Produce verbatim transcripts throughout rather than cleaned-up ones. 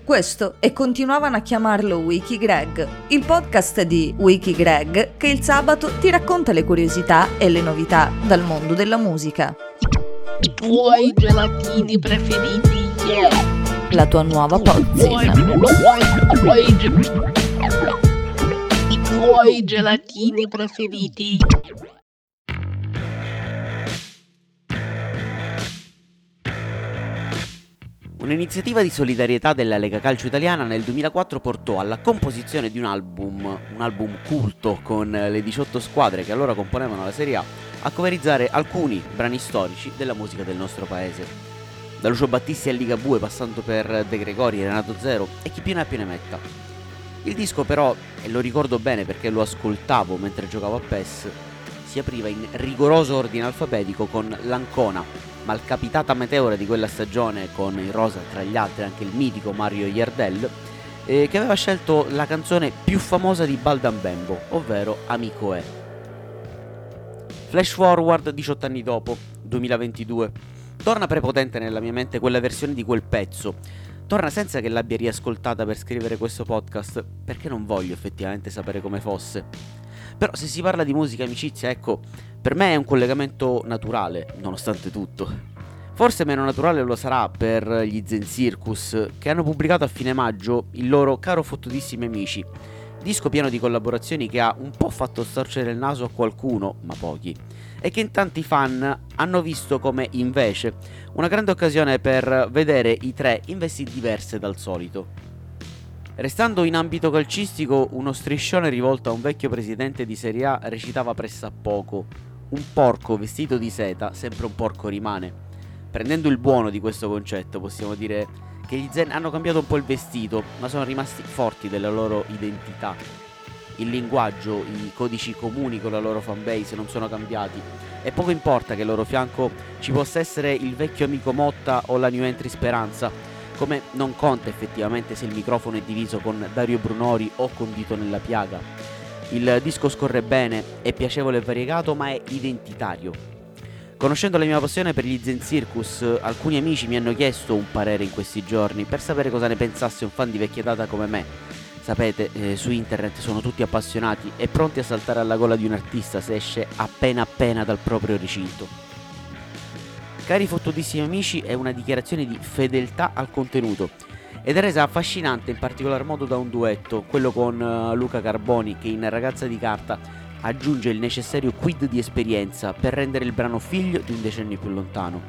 Questo e continuavano a chiamarlo Wiki Greg, il podcast di Wiki Greg che il sabato ti racconta le curiosità e le novità dal mondo della musica. I tuoi gelatini preferiti, yeah. La tua nuova pozzina. I tuoi gelatini preferiti. Un'iniziativa di solidarietà della Lega Calcio Italiana nel duemilaquattro portò alla composizione di un album, un album culto con le diciotto squadre che allora componevano la Serie A, a coverizzare alcuni brani storici della musica del nostro paese. Da Lucio Battisti a Ligabue, passando per De Gregori, Renato Zero e chi più ne ha più ne metta. Il disco però, e lo ricordo bene perché lo ascoltavo mentre giocavo a P E S, si apriva in rigoroso ordine alfabetico con l'Ancona, malcapitata meteora di quella stagione, con in rosa tra gli altri anche il mitico Mario Iardel, eh, che aveva scelto la canzone più famosa di Baldan Bembo, ovvero Amico è. Flash forward diciotto anni dopo, duemilaventidue, torna prepotente nella mia mente quella versione di quel pezzo, torna senza che l'abbia riascoltata per scrivere questo podcast, perché non voglio effettivamente sapere come fosse. Però se si parla di musica e amicizia, ecco, per me è un collegamento naturale, nonostante tutto. Forse meno naturale lo sarà per gli Zen Circus, che hanno pubblicato a fine maggio il loro Caro fottutissimi amici, disco pieno di collaborazioni che ha un po' fatto storcere il naso a qualcuno, ma pochi, e che in tanti fan hanno visto come, invece, una grande occasione per vedere i tre in vesti diverse dal solito. Restando in ambito calcistico, uno striscione rivolto a un vecchio presidente di Serie A recitava pressappoco: un porco vestito di seta, sempre un porco rimane. Prendendo il buono di questo concetto, possiamo dire che gli Zen hanno cambiato un po' il vestito, ma sono rimasti forti della loro identità. Il linguaggio, i codici comuni con la loro fanbase non sono cambiati, e poco importa che al loro fianco ci possa essere il vecchio amico Motta o la new entry Speranza, come non conta effettivamente se il microfono è diviso con Dario Brunori o con Dito nella piaga. Il disco scorre bene, è piacevole e variegato, ma è identitario. Conoscendo la mia passione per gli Zen Circus, alcuni amici mi hanno chiesto un parere in questi giorni per sapere cosa ne pensasse un fan di vecchia data come me. Sapete, eh, su internet sono tutti appassionati e pronti a saltare alla gola di un artista se esce appena appena dal proprio recinto. Cari fottutissimi amici è una dichiarazione di fedeltà al contenuto ed è resa affascinante in particolar modo da un duetto, quello con uh, Luca Carboni, che in Ragazza di carta aggiunge il necessario quid di esperienza per rendere il brano figlio di un decennio più lontano.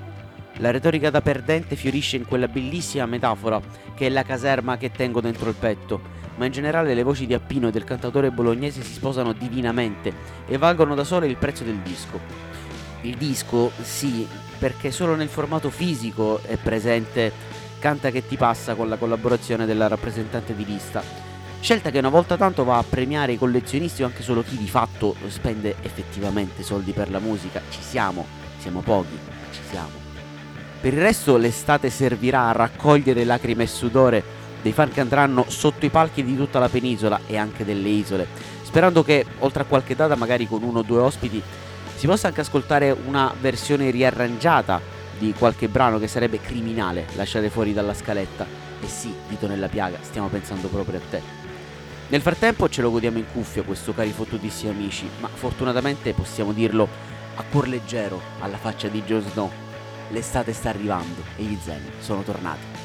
La retorica da perdente fiorisce in quella bellissima metafora che è la caserma che tengo dentro il petto, ma in generale le voci di Appino e del cantautore bolognese si sposano divinamente e valgono da sole il prezzo del disco. Il disco, sì, perché solo nel formato fisico è presente Canta che ti passa con la collaborazione della rappresentante di lista, scelta che una volta tanto va a premiare i collezionisti o anche solo chi di fatto spende effettivamente soldi per la musica. Ci siamo, siamo pochi, ma ci siamo. Per il resto l'estate servirà a raccogliere lacrime e sudore dei fan che andranno sotto i palchi di tutta la penisola e anche delle isole, sperando che, oltre a qualche data magari con uno o due ospiti, si possa anche ascoltare una versione riarrangiata di qualche brano che sarebbe criminale lasciare fuori dalla scaletta. E sì, Dito nella piaga, stiamo pensando proprio a te. Nel frattempo ce lo godiamo in cuffia questo Cari fottutissimi amici, ma fortunatamente possiamo dirlo a cuor leggero, alla faccia di Jon Snow. L'estate sta arrivando e gli Zen sono tornati.